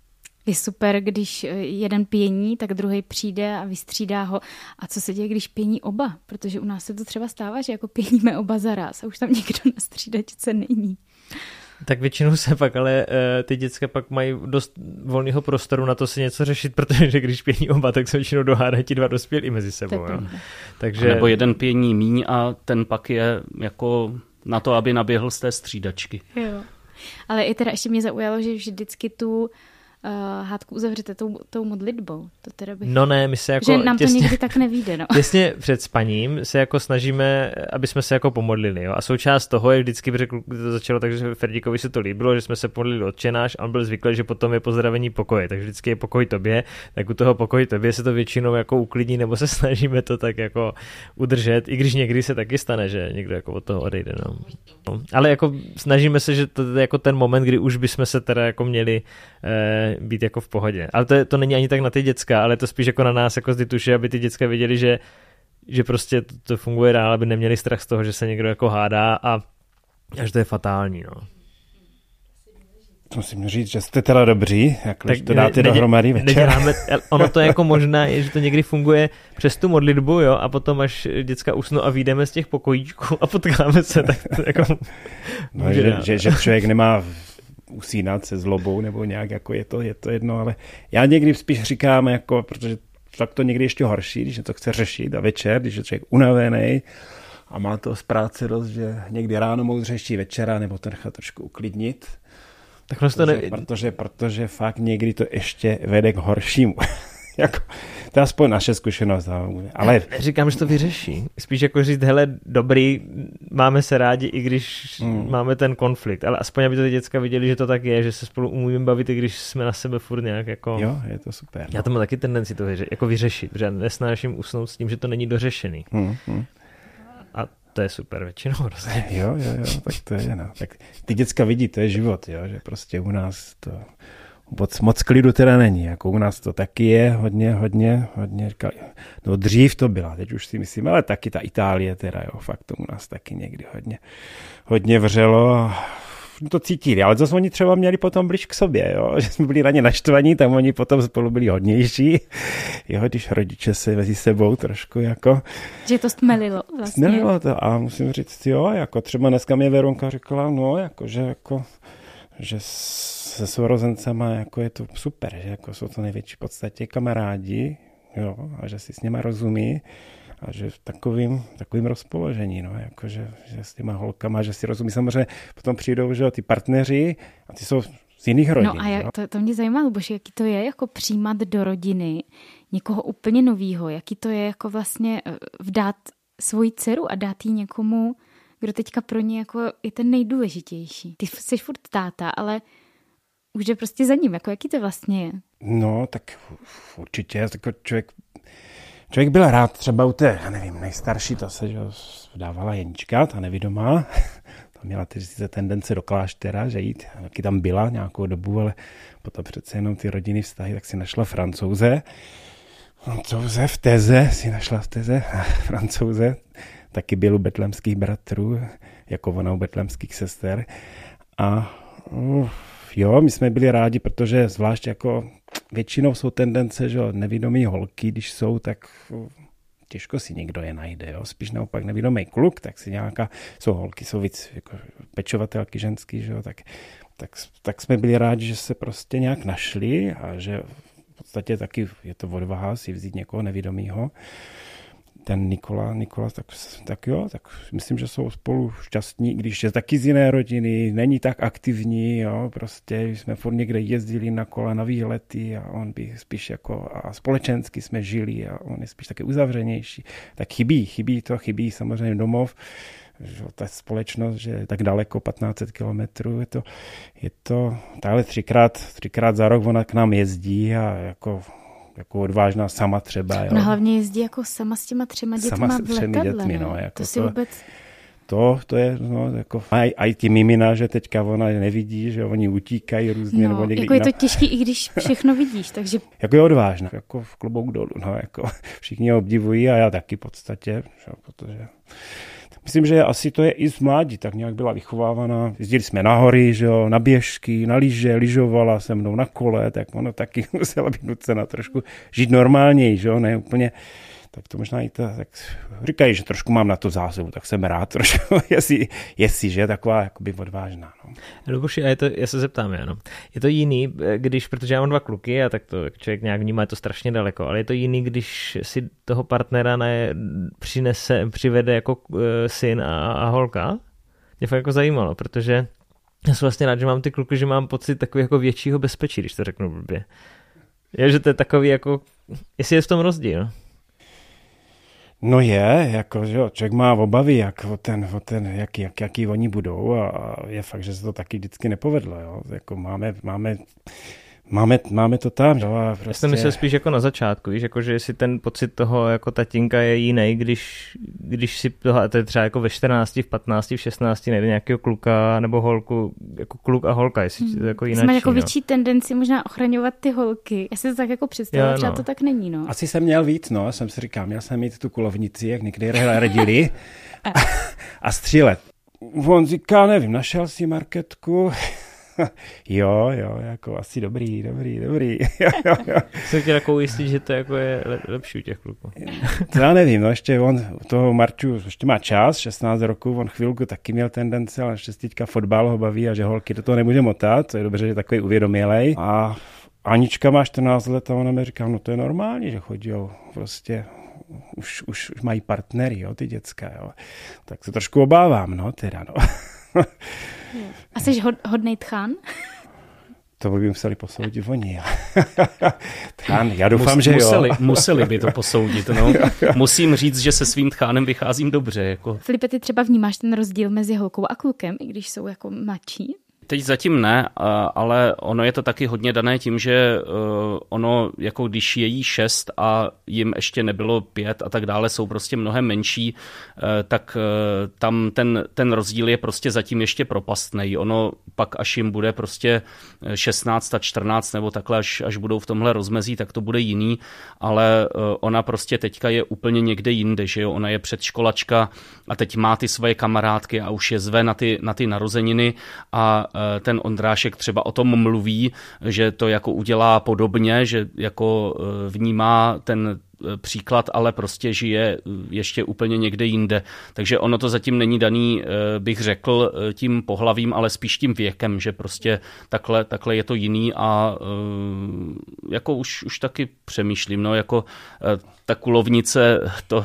Je super, když jeden pění, tak druhý přijde a vystřídá ho. A co se děje, když pění oba? Protože u nás se to třeba stává, že jako pěníme oba zaraz a už tam někdo na střídačce není. Tak většinou se pak, ale ty děcka pak mají dost volného prostoru na to si něco řešit, protože když pění oba, tak se většinou dohádají ti dva dospělí mezi sebou. Jo. Takže... Nebo jeden pění míň a ten pak je jako na to, aby naběhl z té střídačky. Jo. Ale i teda ještě mě zaujalo, že vždycky tu hádku uzavřete tou modlitbou. To teda bych... No ne, my se jako... Že nám to někdy tak nevíde, no. Těsně před spaním se jako snažíme, aby jsme se jako pomodlili, jo. A součást toho je vždycky, to začalo tak, že Ferdíkovi se to líbilo, že jsme se pomodlili Otčenáš a on byl zvyklý, že potom je pozdravení pokoje, takže vždycky je pokoj tobě, tak u toho pokoj tobě se to většinou jako uklidní, nebo se snažíme to tak jako udržet, i když někdy se taky stane, že někdo jako od toho odejde, no. Ale jako snažíme se, že to je jako ten moment, kdy už bychom se teda jako měli být jako v pohodě. Ale to není ani tak na ty děcka, ale to spíš jako na nás, jako z Dituše, aby ty děcka věděli, že prostě to funguje dál, aby neměli strach z toho, že se někdo jako hádá a až to je fatální, no. Musím říct, že jste teda dobří, jak to dáte dohromady večer. Ono to jako možná je, že to někdy funguje přes tu modlitbu, jo, a potom až děcka usnou a vyjdeme z těch pokojíčků a potkáme se, tak to jako... No, že člověk nemá usínat se zlobou nebo nějak, jako je to jedno, ale já někdy spíš říkám, jako, protože tak to někdy ještě horší, když to chce řešit a večer, když je člověk unavený a má to z práce dost, že někdy ráno moc řeší večera nebo to nechat trošku uklidnit. Tak prostě protože fakt někdy to ještě vede k horšímu. Jako, to je aspoň naše zkušenost. Ale... Říkám, že to vyřeší. Spíš jako říct, hele, dobrý, máme se rádi, i když máme ten konflikt. Ale aspoň, aby to ty děcka viděli, že to tak je, že se spolu umíme bavit, i když jsme na sebe furt nějak jako... Jo, je to super. Já to mám taky tendenci to jako vyřešit, protože nesnáším usnout s tím, že to není dořešený. A to je super většinou. Jo, tak to je, no. Tak ty děcka vidí, to je život, jo, že prostě u nás to... Moc klidu teda není, jako u nás to taky je hodně, no dřív to byla, teď už si myslím, ale taky ta Itálie teda, jo, fakt to u nás taky někdy hodně vřelo a to cítili, ale zase oni třeba měli potom blíž k sobě, jo, že jsme byli na ně naštvaní, tam oni potom spolu byli hodnější, jo, když rodiče se mezi sebou trošku jako... Že to stmelilo vlastně. Stmelilo to a musím říct, jo, jako třeba dneska mě Veronka říkala, no, že se sourozencema jako je to super, že jako jsou to největší v podstatě kamarádi, jo, a že si s nima rozumí a že v takovým rozpoložení, no, jako že s těma holkama, že si rozumí, samozřejmě potom přijdou, že ty partneři a ty jsou z jiných rodin. No a to mě zajímá, Luboš, jaký to je jako přijímat do rodiny někoho úplně novýho, jaký to je jako vlastně vdát svoji dceru a dát jí někomu, kdo teďka pro ně jako je ten nejdůležitější. Ty jsi furt táta, ale už jde prostě za ním, jako jaký to vlastně je? No, tak určitě, jako člověk byl rád třeba u té, já nevím, nejstarší, ta se že dávala Jenička, ta nevidomá, ta měla ty tendence do kláštera, že jít, taky tam byla nějakou dobu, ale potom přece jenom ty rodinný vztahy, tak si našla Francouze v Teze, Francouze, taky byl u betlémských bratrů, jako ona u betlémských sester a jo, my jsme byli rádi, protože zvlášť jako většinou jsou tendence, že nevidomý holky, když jsou, tak těžko si někdo je najde, jo. Spíš naopak nevidomý kluk, tak si jsou holky, jsou víc jako pečovatelky ženský, že jo, tak jsme byli rádi, že se prostě nějak našli a že v podstatě taky je to odvaha si vzít někoho nevidomýho. Ten Nikola, tak jo, tak myslím, že jsou spolu šťastní, když je taky z jiné rodiny, není tak aktivní, jo, prostě jsme furt někde jezdili na kola, na výlety a on by spíš jako a společensky jsme žili a on je spíš taky uzavřenější. Tak chybí samozřejmě domov, že ta společnost, že je tak daleko, 1500 kilometrů, je to takhle třikrát za rok ona k nám jezdí a jako odvážná sama třeba. Jo. Ona hlavně jezdí jako sama s těma 3 dětma v letadle. No, jako to si vůbec... To je, no, jako a ti mimina, že teďka ona nevidí, že oni utíkají různě. No, nebo někdy jako je to těžký, i když všechno vidíš, takže... Jako je odvážná, jako v klobouk dolů, no, jako všichni ho obdivují a já taky v podstatě, protože myslím, že asi to je i z mládí, tak nějak byla vychovávaná. Jezdili jsme na hory, že jo, na běžky, na lyže, lyžovala se mnou na kole, tak ona taky musela být nucena trošku žít normálněji, že jo, ne úplně. Tak to možná i to, tak říkají, že trošku mám na to zásluhu, tak jsem rád trošku, jestli že je taková jakoby odvážná. No. Luboši, a já se zeptám, ano. Je to jiný, protože já mám 2 kluky a tak to člověk nějak vnímá, je to strašně daleko, ale je to jiný, když si toho partnera přivede jako syn a holka? Mě fakt jako zajímalo, protože já jsem vlastně rád, že mám ty kluky, že mám pocit takový jako většího bezpečí, když to řeknu blbě. Je, že to je takový jako, jestli je v tom rozdíl. No je, jako, že jo, člověk má obavy, jaký oni budou a je fakt, že se to taky vždycky nepovedlo, jo. Jako máme to tam, jo. A prostě... Já jsem myslel spíš jako na začátku, víš, jako, že jestli ten pocit toho jako tatínka je jiný, když si toho, to je třeba jako ve 14, v 15, v 16 najde nějakého kluka nebo holku, jako kluk a holka, jestli to jako jinak. Jsme jako větší tendenci možná ochraňovat ty holky. Já si to tak jako představila, třeba to tak není, no. Asi jsem měl víc, no, jsem si říkal, měl jsem mít tu kulovnici, jak někdy radili a střílet. On říká, nevím, našel si marketku. Jo, jako asi dobrý. Jsem chtěl jako ujistit, že to jako je lepší u těch kluků. To já nevím, no ještě on toho Marču ještě má čas, 16 roků, on chvilku taky měl tendence, ale ještě teďka fotbal ho baví a že holky do toho nemůže motat, to je dobře, že je takový uvědomělej. A Anička má 14 let a ona mi říká, no to je normální, že chodí prostě... Už mají partnery, jo, ty děcka, jo. Tak se trošku obávám, no, teda, no. A jsi hodnej tchán? To by museli posoudit oni. Tchán, já doufám, že jo. Museli by to posoudit, no. Musím říct, že se svým tchánem vycházím dobře. Jako. Filipe, ty třeba vnímáš ten rozdíl mezi holkou a klukem, i když jsou jako mladší? Teď zatím ne, ale ono je to taky hodně dané tím, že ono, jako když je jí 6 a jim ještě nebylo 5 a tak dále, jsou prostě mnohem menší, tak tam ten rozdíl je prostě zatím ještě propastnej. Ono pak, až jim bude prostě 16 a 14 nebo takhle, až budou v tomhle rozmezí, tak to bude jiný, ale ona prostě teďka je úplně někde jinde, že jo, ona je předškolačka a teď má ty svoje kamarádky a už je zve na ty narozeniny a ten Ondrášek třeba o tom mluví, že to jako udělá podobně, že jako vnímá ten příklad, ale prostě žije ještě úplně někde jinde. Takže ono to zatím není daný, bych řekl, tím pohlavím, ale spíš tím věkem, že prostě takhle je to jiný a jako už taky přemýšlím, no jako ta kulovnice,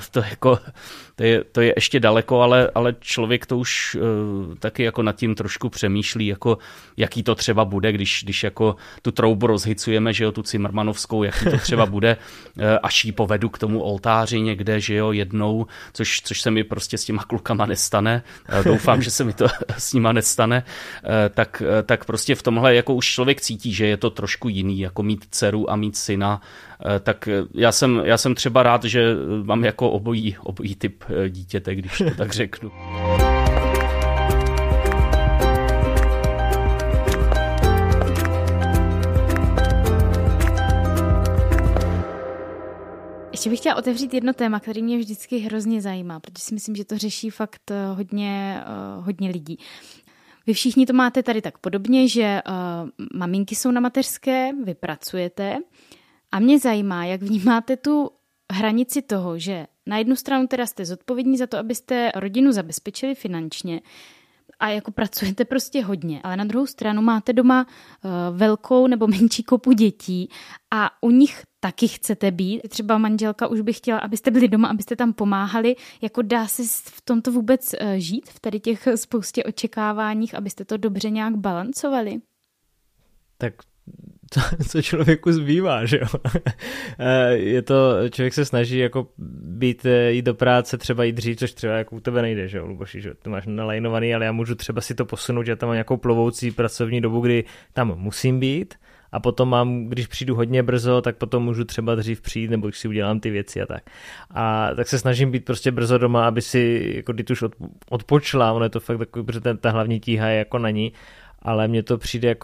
to je ještě daleko, ale člověk to už taky jako nad tím trošku přemýšlí, jako jaký to třeba bude, když jako tu troubu rozhicujeme, že jo, tu cimrmanovskou, jaký to třeba bude, až jí povedu k tomu oltáři někde, že jo, jednou, což se mi prostě s těma klukama nestane. Doufám, že se mi to s nima nestane. Tak prostě v tomhle jako už člověk cítí, že je to trošku jiný, jako mít dceru a mít syna. Tak já jsem třeba rád, že mám jako obojí typ dítěte, když to tak řeknu. Ještě bych chtěla otevřít jedno téma, který mě vždycky hrozně zajímá, protože si myslím, že to řeší fakt hodně lidí. Vy všichni to máte tady tak podobně, že maminky jsou na mateřské, vy pracujete a mě zajímá, jak vnímáte tu hranici toho, že na jednu stranu teda jste zodpovědní za to, abyste rodinu zabezpečili finančně a jako pracujete prostě hodně, ale na druhou stranu máte doma velkou nebo menší kopu dětí a u nich taky chcete být. Třeba manželka už by chtěla, abyste byli doma, abyste tam pomáhali. Jako dá se v tomto vůbec žít, v tady těch spoustě očekáváních, abyste to dobře nějak balancovali? Tak co člověku zbývá, že jo? Je to, člověk se snaží jako jít do práce, třeba jít dřív, což třeba jako u tebe nejde, že jo, Luboši, že ty máš nalajnovaný, ale já můžu třeba si to posunout, že tam mám nějakou plovoucí pracovní dobu, kdy tam musím být a potom mám, když přijdu hodně brzo, tak potom můžu třeba dřív přijít, nebo když si udělám ty věci a tak. A tak se snažím být prostě brzo doma, aby si, jako když už odpočla, ono je to fakt takový, protože ta hlavní tíha je jako na ní, ale mně to přijde jako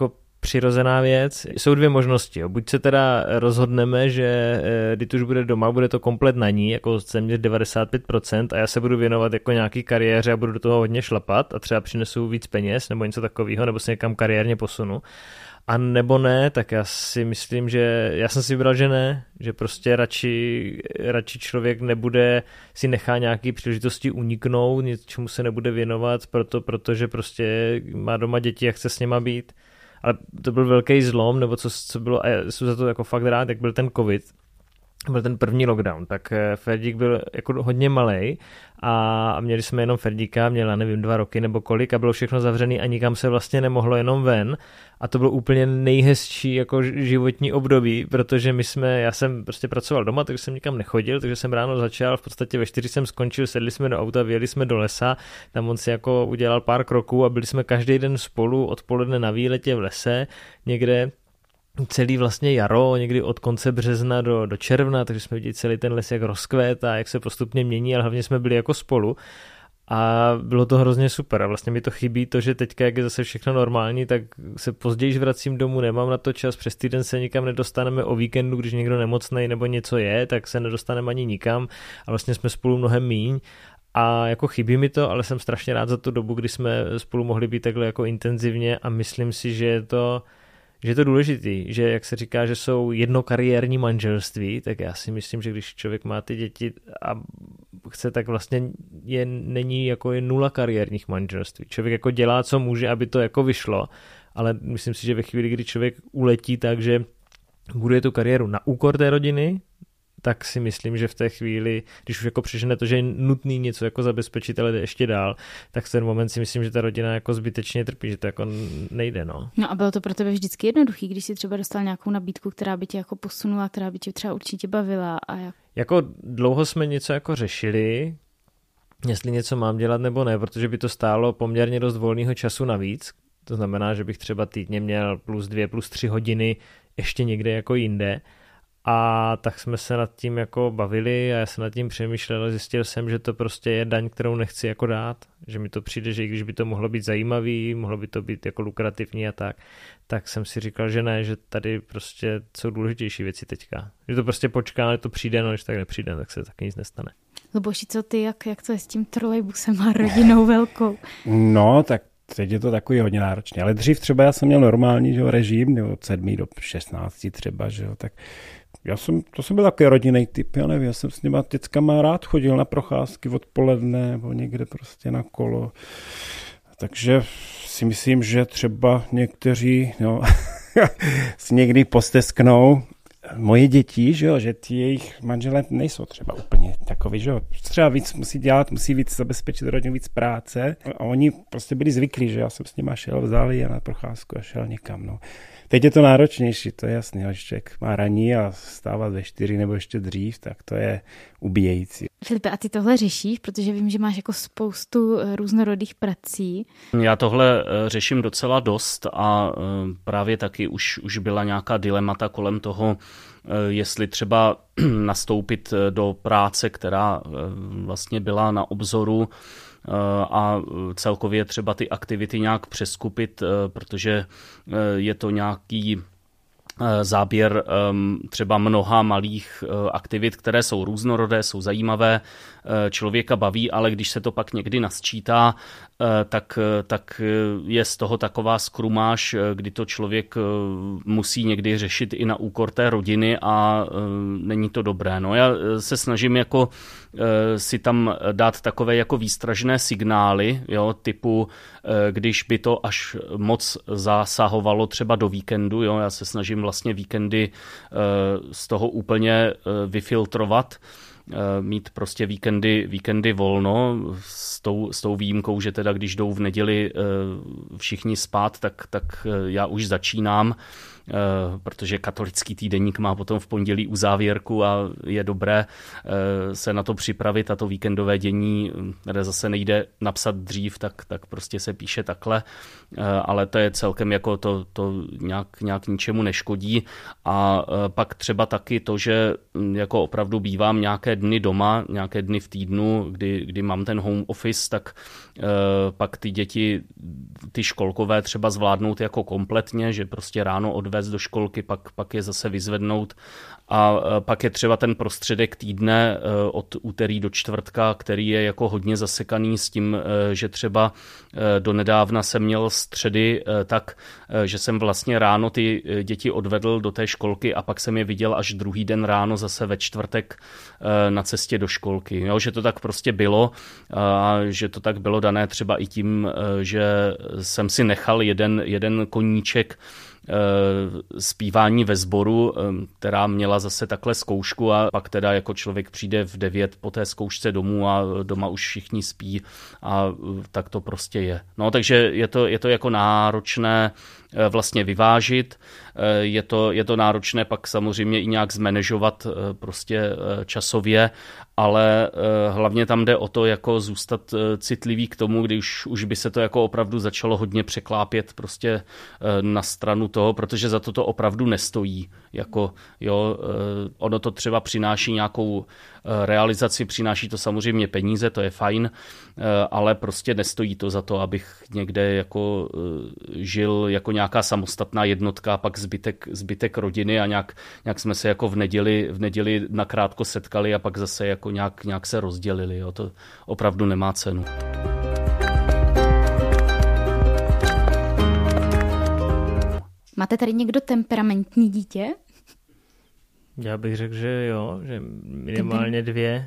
přirozená věc. Jsou dvě možnosti. Jo. Buď se teda rozhodneme, že když už bude doma, bude to komplet na ní, jako téměř 95% a já se budu věnovat jako nějaký kariéře a budu do toho hodně šlapat a třeba přinesu víc peněz nebo něco takového, nebo se někam kariérně posunu. A nebo ne, tak já si myslím, že já jsem si vybral, že ne, že prostě radši člověk si nechá nějaký příležitosti uniknout, něčemu se nebude věnovat, protože prostě má doma děti a chce s něma být. Ale to byl velký zlom, nebo co bylo, a já jsem za to jako fakt rád, jak byl ten covid, byl ten první lockdown, tak Ferdík byl jako hodně malej a měli jsme jenom Ferdíka, měla nevím 2 roky nebo kolik a bylo všechno zavřený a nikam se vlastně nemohlo, jenom ven a to bylo úplně nejhezčí jako životní období, protože já jsem prostě pracoval doma, takže jsem nikam nechodil, takže jsem ráno začal, v podstatě ve 4 jsem skončil, sedli jsme do auta, vyjeli jsme do lesa, tam on si jako udělal pár kroků a byli jsme každý den spolu odpoledne na výletě v lese někde celý vlastně jaro, někdy od konce března do června, takže jsme viděli celý ten les, jak rozkvétá, jak se postupně mění, ale hlavně jsme byli jako spolu a bylo to hrozně super a vlastně mi to chybí to, že teďka, jak je zase všechno normální, tak se později vracím domů, nemám na to čas, přes týden se nikam nedostaneme, o víkendu, když někdo nemocnej nebo něco je, tak se nedostaneme ani nikam a vlastně jsme spolu mnohem míň. A jako chybí mi to, ale jsem strašně rád za tu dobu, kdy jsme spolu mohli být takhle jako intenzivně a myslím si, že je to důležitý, že jak se říká, že jsou jednokariérní manželství, tak já si myslím, že když člověk má ty děti a chce, tak vlastně není jako je 0 kariérních manželství. Člověk jako dělá, co může, aby to jako vyšlo, ale myslím si, že ve chvíli, kdy člověk uletí tak, že buduje tu kariéru na úkor té rodiny, tak si myslím, že v té chvíli, když už jako přižene to, že je nutný něco jako zabezpečit, ale jde ještě dál, tak v ten moment si myslím, že ta rodina jako zbytečně trpí, že to jako nejde, no. No a bylo to pro tebe vždycky jednoduchý, když jsi třeba dostal nějakou nabídku, která by tě jako posunula, která by tě třeba určitě bavila a jak? Jako dlouho jsme něco jako řešili, jestli něco mám dělat nebo ne, protože by to stálo poměrně dost volného času navíc. To znamená, že bych třeba týdně měl +2, +3 hodiny ještě někde jako jinde. A tak jsme se nad tím jako bavili a já jsem nad tím přemýšlel a zjistil jsem, že to prostě je daň, kterou nechci jako dát, že mi to přijde, že i když by to mohlo být zajímavý, mohlo by to být jako lukrativní a tak jsem si říkal, že ne, že tady prostě jsou důležitější věci teďka. Že to prostě počká, že to přijde, no když tak nepřijde, tak se taky nic nestane. Luboši, co ty, jak to je s tím trolejbusem a rodinou velkou? No, tak teď je to takový hodně náročný, ale dřív třeba já jsem měl normální, že jo, režim, od 7 do 16 třeba, že jo, tak to jsem byl takový rodinný typ, já nevím, já jsem s těma dětskama rád chodil na procházky odpoledne nebo někde prostě na kolo, takže si myslím, že třeba někteří si někdy postesknou moje děti, že ty jejich manželé nejsou třeba úplně takový, že třeba víc musí dělat, musí víc zabezpečit rodinu, víc práce a oni prostě byli zvyklí, že já jsem s nima šel v záli a na procházku a šel někam, no. Teď je to náročnější, to je jasný, když člověk má raní a stávat ve 4 nebo ještě dřív, tak to je ubíjející. Filipe, a ty tohle řešíš, protože vím, že máš jako spoustu různorodých prací. Já tohle řeším docela dost a právě taky už byla nějaká dilemata kolem toho, jestli třeba nastoupit do práce, která vlastně byla na obzoru a celkově třeba ty aktivity nějak přeskupit, protože je to nějaký záběr třeba mnoha malých aktivit, které jsou různorodé, jsou zajímavé, člověka baví, ale když se to pak někdy nasčítá, tak je z toho taková skrumáž, kdy to člověk musí někdy řešit i na úkor té rodiny a není to dobré. No, já se snažím jako si tam dát takové jako výstražné signály, jo, typu, když by to až moc zasahovalo třeba do víkendu, jo, já se snažím vlastně víkendy z toho úplně vyfiltrovat, mít prostě víkendy volno s tou výjimkou, že teda když jdou v neděli všichni spát, tak já už začínám protože katolický týdeník má potom v pondělí uzávěrku a je dobré se na to připravit a to víkendové dění, které zase nejde napsat dřív, tak prostě se píše takhle, ale to je celkem jako to nějak ničemu neškodí. A pak třeba taky to, že jako opravdu bývám nějaké dny doma, nějaké dny v týdnu, kdy mám ten home office, tak pak ty děti, ty školkové třeba zvládnout jako kompletně, že prostě ráno odvést do školky, pak je zase vyzvednout a pak je třeba ten prostředek týdne od úterý do čtvrtka, který je jako hodně zasekaný s tím, že třeba donedávna jsem měl středy tak, že jsem vlastně ráno ty děti odvedl do té školky a pak jsem je viděl až druhý den ráno zase ve čtvrtek na cestě do školky. Jo, že to tak prostě bylo a že to tak bylo dané třeba i tím, že jsem si nechal jeden koníček zpívání ve sboru, která měla zase takhle zkoušku a pak teda jako člověk přijde v 9 po té zkoušce domů a doma už všichni spí a tak to prostě je. No takže je to jako náročné vlastně vyvážit, je to náročné pak samozřejmě i nějak zmanéžovat prostě časově, ale hlavně tam jde o to jako zůstat citlivý k tomu, když už by se to jako opravdu začalo hodně překlápět prostě na stranu toho, protože za to opravdu nestojí. Jako, jo, ono to třeba přináší nějakou realizaci, přináší to samozřejmě peníze, to je fajn, ale prostě nestojí to za to, abych někde jako žil jako nějaká samostatná jednotka, pak zbytek rodiny a nějak jsme se jako v neděli nakrátko setkali a pak zase jako nějak se rozdělili. Jo. To opravdu nemá cenu. Máte tady někdo temperamentní dítě? Já bych řekl, že jo, že minimálně 2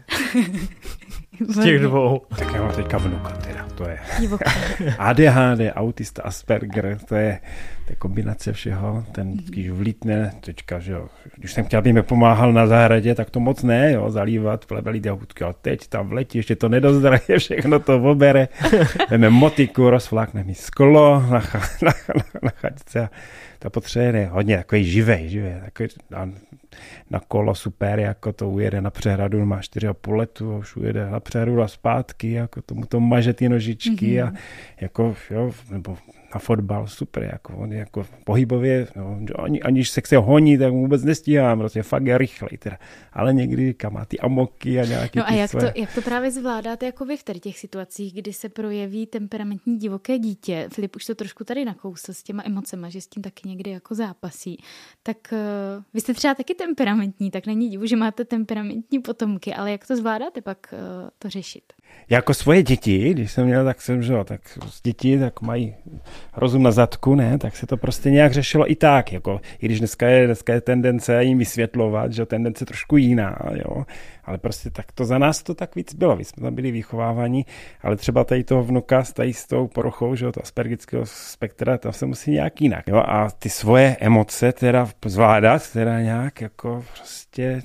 z těch 2. Tak já mám teďka vnuka teda, to je ADHD, autista, Asperger, to je kombinace všeho, ten když vlítne, teďka, že jo, když jsem chtěl, aby mi pomáhal na zahradě, tak to moc ne, jo, zalívat, plebelit jahůdky, ale teď tam v letí, ještě to nedozraje, všechno to obere, jdeme motiku, rozflákne mi sklo na chaťce, to potřebuje hodně takový živej, takový na kolo super, jako to ujede na přehradu, má 4,5 letu a už ujede na přehradu a zpátky, jako tomu to maže ty nožičky a jako, jo, nebo na fotbal, super, jako on je jako pohybově, no, aniž se chce honí, tak vůbec nestíhám, prostě fakt je rychlej teda. Ale někdy kam má ty amoky a nějaký no a jak to právě zvládáte jako vy v těch situacích, kdy se projeví temperamentní divoké dítě? Filip už to trošku tady nakousl s těma emocema, že s tím taky někdy jako zápasí. Tak vy jste třeba taky temperamentní, tak není divu, že máte temperamentní potomky, ale jak to zvládáte pak to řešit? Jako svoje děti, když jsem měl, tak jsem, že jo, tak děti tak mají rozum na zadku, ne, tak se to prostě nějak řešilo i tak, jako, i když dneska je tendence jim vysvětlovat, že tendence trošku jiná, jo, ale prostě tak to za nás to tak víc bylo, my jsme tam byli vychovávaní, ale třeba tady toho vnuka tady s tou poruchou, že jo, to aspergického spektra, tam se musí nějak jinak, jo, a ty svoje emoce teda zvládat, teda nějak, jako prostě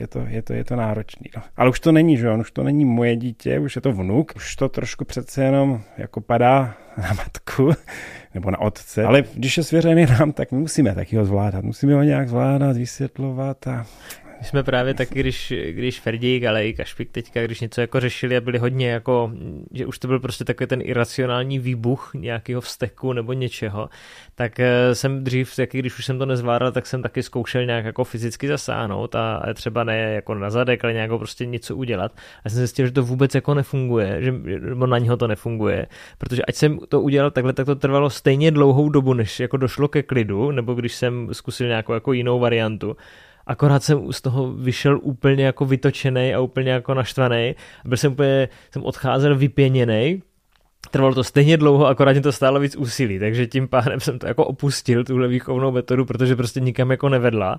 je to náročný, jo. Ale už to není, že jo, už to není moje dítě, už je to vnuk, už to trošku přece jenom jako padá na matku nebo na otce, ale když je svěřený nám, tak my musíme taky ho zvládat, musíme ho nějak zvládat, vysvětlovat a My jsme právě taky, když Ferdík, ale i Kašpik teďka, když něco jako řešili a byli hodně jako, že už to byl prostě takový ten iracionální výbuch nějakého vzteku nebo něčeho, tak jsem dřív, taky když už jsem to nezvládal, tak jsem taky zkoušel nějak jako fyzicky zasáhnout a třeba ne jako na zadek, ale nějak prostě něco udělat. A jsem zjistil, že to vůbec jako nefunguje, že na něho to nefunguje, protože ať jsem to udělal takhle, tak to trvalo stejně dlouhou dobu, než jako došlo ke klidu, nebo když jsem zkusil nějakou jako jinou variantu. Akorát jsem z toho vyšel úplně jako vytočený a úplně jako naštvaný. Byl jsem odcházel vypěněnej. Trvalo to stejně dlouho, akorát mě to stálo víc úsilí, takže tím pádem jsem to jako opustil, tuhle výchovnou metodu, protože prostě nikam jako nevedla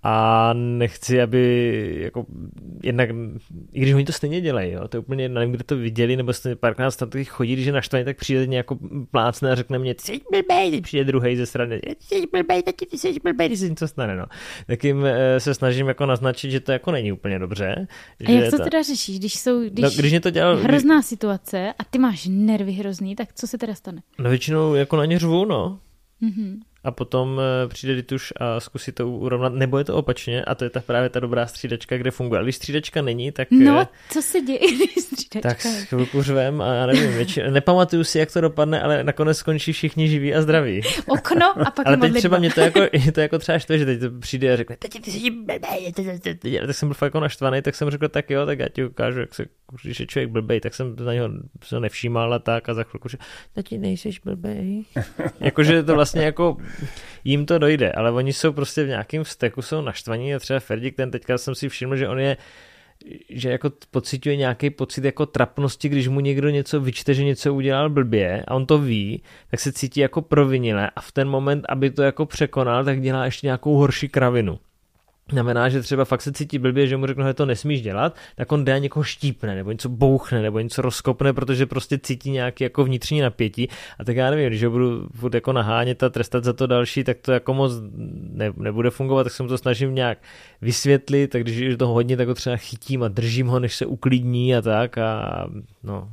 a nechci, aby jako jednak, i když oni to stejně dělají, jo, to je úplně, nevím, kde to viděli, nebo jste párkrát tady chodí, když je naštvaný, tak přijde jako plácne a řekne mě, ty jsi blbej, teď přijde druhej ze strany, ty jsi blbej, ty jsi blbej, když se něco stane, no. Tak jim se snažím jako naznačit, že to jako není úplně dobře. A jak to teda řešíš, když mě to dělal, hrozná situace a ty máš nervy hrozný, tak co se teda stane? No většinou jako na ně řvu, no. Mm-hmm. a potom přijde Dituš a zkusí to urovnat, nebo je to opačně a to je právě ta dobrá střídačka, kde funguje. A když střídačka není, tak... No, co se děje, když střídačka? Tak chvilku řvem a já nevím, nepamatuju si, jak to dopadne, ale nakonec skončí všichni živí a zdraví. Okno a pak ale teď třeba mě to jako třeba štve, že teď to přijde a řekne, ty jsi blbej, tak jsem byl fakt jako naštvaný, tak jsem řekl, tak jo, tak já ti ukážu, jak se, když je člověk blbej, tak jsem na něho se nevšímal a tak a za chvilku, že ty nejseš blbej. Jakože to vlastně jako jim to dojde, ale oni jsou prostě v nějakém vzteku, jsou naštvaní a třeba Ferdik, ten teďka jsem si všiml, že on je, že jako pociťuje nějaký pocit jako trapnosti, když mu někdo něco vyčte, že něco udělal blbě a on to ví, tak se cítí jako provinile a v ten moment, aby to jako překonal, tak dělá ještě nějakou horší kravinu. Znamená, že třeba fakt se cítí blbě, že mu řeknu, že to nesmíš dělat, tak on jde a někoho štípne, nebo něco bouchne, nebo něco rozkopne, protože prostě cítí nějaký jako vnitřní napětí. A tak já nevím, když ho budu jako nahánět a trestat za to další, tak to jako moc nebude fungovat, tak se mu to snažím nějak vysvětlit, tak když je to hodně, tak ho třeba chytím a držím ho, než se uklidní a tak a no.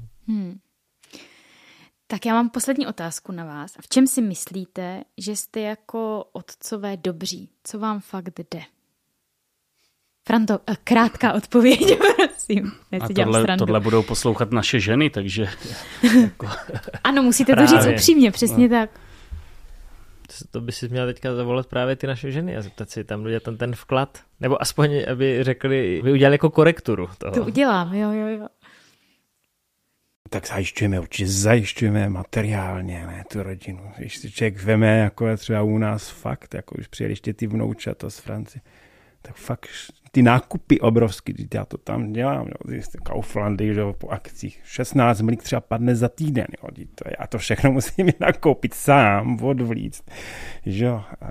Tak já mám poslední otázku na vás. V čem si myslíte, že jste jako otcové dobří? Co vám fakt jde? Franto, krátká odpověď, prosím. A tohle budou poslouchat naše ženy, takže... Jako... Ano, musíte to říct upřímně, přesně tak. To by si měla teďka zavolat právě ty naše ženy a zeptat si tam udělat ten vklad. Nebo aspoň, aby řekli, by udělali jako korekturu toho. To udělám, jo. Tak zajišťujeme materiálně, ne, tu rodinu. Když si člověk veme, jako třeba u nás fakt, jako už přijeli ještě ty vnoučata z Francie, tak fakt ty nákupy obrovský, já to tam dělám, jo, Kauflandy, že jo, po akcích, 16 mlík třeba padne za týden, jo, já to všechno musím nakoupit sám, odvlíct, že jo, a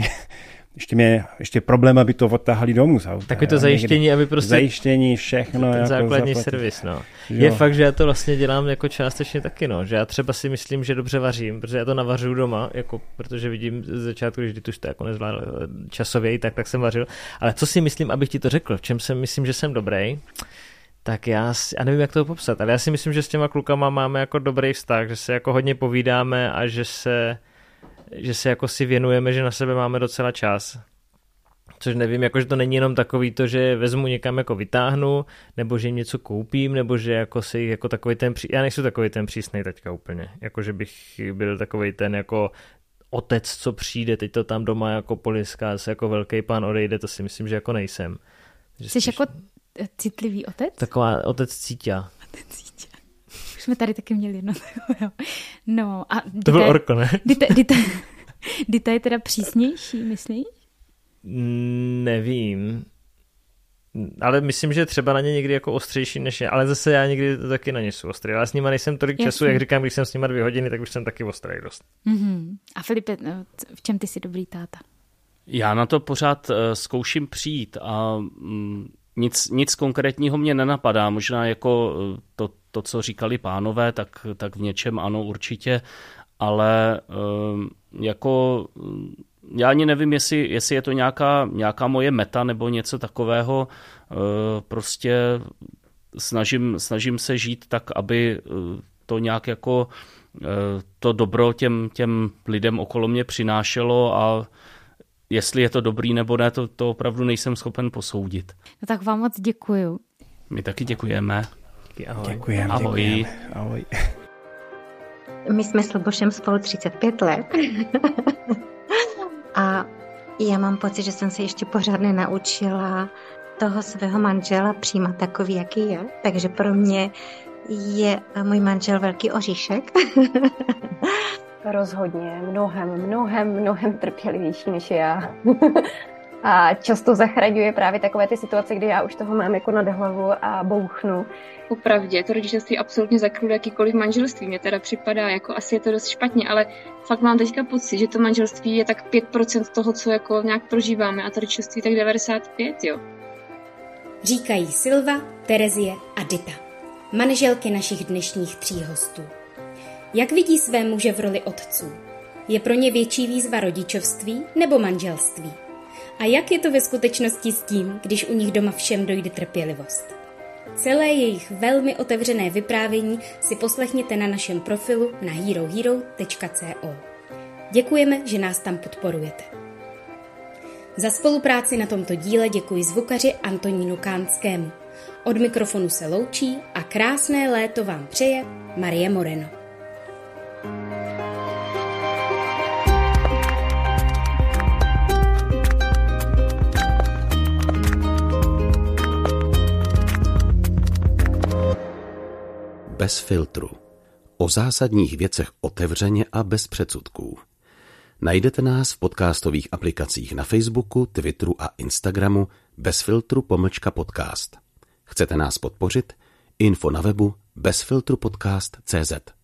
ještě problém, aby to odtáhali domů. Takový to zajištění, aby prostě... Zajištění, všechno. Ten jako základní zaplatit. servis, no. Jo. Je fakt, že já to vlastně dělám jako částečně taky, no. Že já třeba si myslím, že dobře vařím, protože já to navařuju doma, jako, protože vidím z začátku, když už to jako nezvládl časově i tak jsem vařil. Ale co si myslím, abych ti to řekl, v čem si myslím, že jsem dobrý, tak já nevím, jak to popsat, ale já si myslím, že s těma klukama máme jako dobrý vztah, že se jako hodně povídáme a že se jako si věnujeme, že na sebe máme docela čas. Což nevím, jakože to není jenom takový to, že vezmu někam jako vytáhnu, nebo že jim něco koupím, nebo že jako si jako takový ten já nejsem takový ten přísnej teďka úplně, jakože bych byl takový ten jako otec, co přijde, teď to tam doma jako poliská, se jako velký pán odejde, to si myslím, že jako nejsem. Jsi jako citlivý otec? Taková otec cíťa. Už jsme tady taky měli jedno takového. No a to byl Orko, ne? Dita je teda přísnější, myslíš? Nevím, ale myslím, že třeba na ně někdy jako ostřejší než je, ale zase já někdy taky na ně jsou ostrý, ale s nima nejsem tolik času, jak říkám, když jsem s nima 2 hodiny, tak už jsem taky ostrý dost. A Filipe, v čem ty jsi dobrý táta? Já na to pořád zkouším přijít a nic konkrétního mě nenapadá, možná jako to co říkali pánové, tak v něčem ano určitě, ale jako... Já ani nevím, jestli je to nějaká moje meta nebo něco takového. Prostě snažím se žít tak, aby to nějak jako to dobro těm lidem okolo mě přinášelo a jestli je to dobrý nebo ne, to opravdu nejsem schopen posoudit. No tak vám moc děkuju. My taky děkujeme. Ahoj. Děkujeme. Ahoj. Ahoj. My jsme s Lubošem spolu 35 let. A já mám pocit, že jsem se ještě pořád nenaučila toho svého manžela přijímat takový, jaký je. Takže pro mě je můj manžel velký oříšek. Rozhodně mnohem trpělivější než já. A často zachraňuje právě takové ty situace, kdy já už toho mám jako nad hlavu a bouchnu. Popravdě, to rodičovství absolutně zakrývá jakýkoliv manželství. Mně teda připadá, jako asi je to dost špatně, ale fakt mám teďka pocit, že to manželství je tak 5% toho, co jako nějak prožíváme a to rodičovství tak 95%, jo. Říkají Silva, Terezie a Dita, manželky našich dnešních 3 hostů. Jak vidí své muže v roli otců? Je pro ně větší výzva rodičovství nebo manželství? A jak je to ve skutečnosti s tím, když u nich doma všem dojde trpělivost? Celé jejich velmi otevřené vyprávění si poslechněte na našem profilu na herohero.co. Děkujeme, že nás tam podporujete. Za spolupráci na tomto díle děkuji zvukaři Antonínu Kánskému. Od mikrofonu se loučí a krásné léto vám přeje Marie Moreno. Bez filtru. O zásadních věcech otevřeně a bez předsudků. Najdete nás v podcastových aplikacích na Facebooku, Twitteru a Instagramu bezfiltru_podcast. Chcete nás podpořit? Info na webu bezfiltrupodcast.cz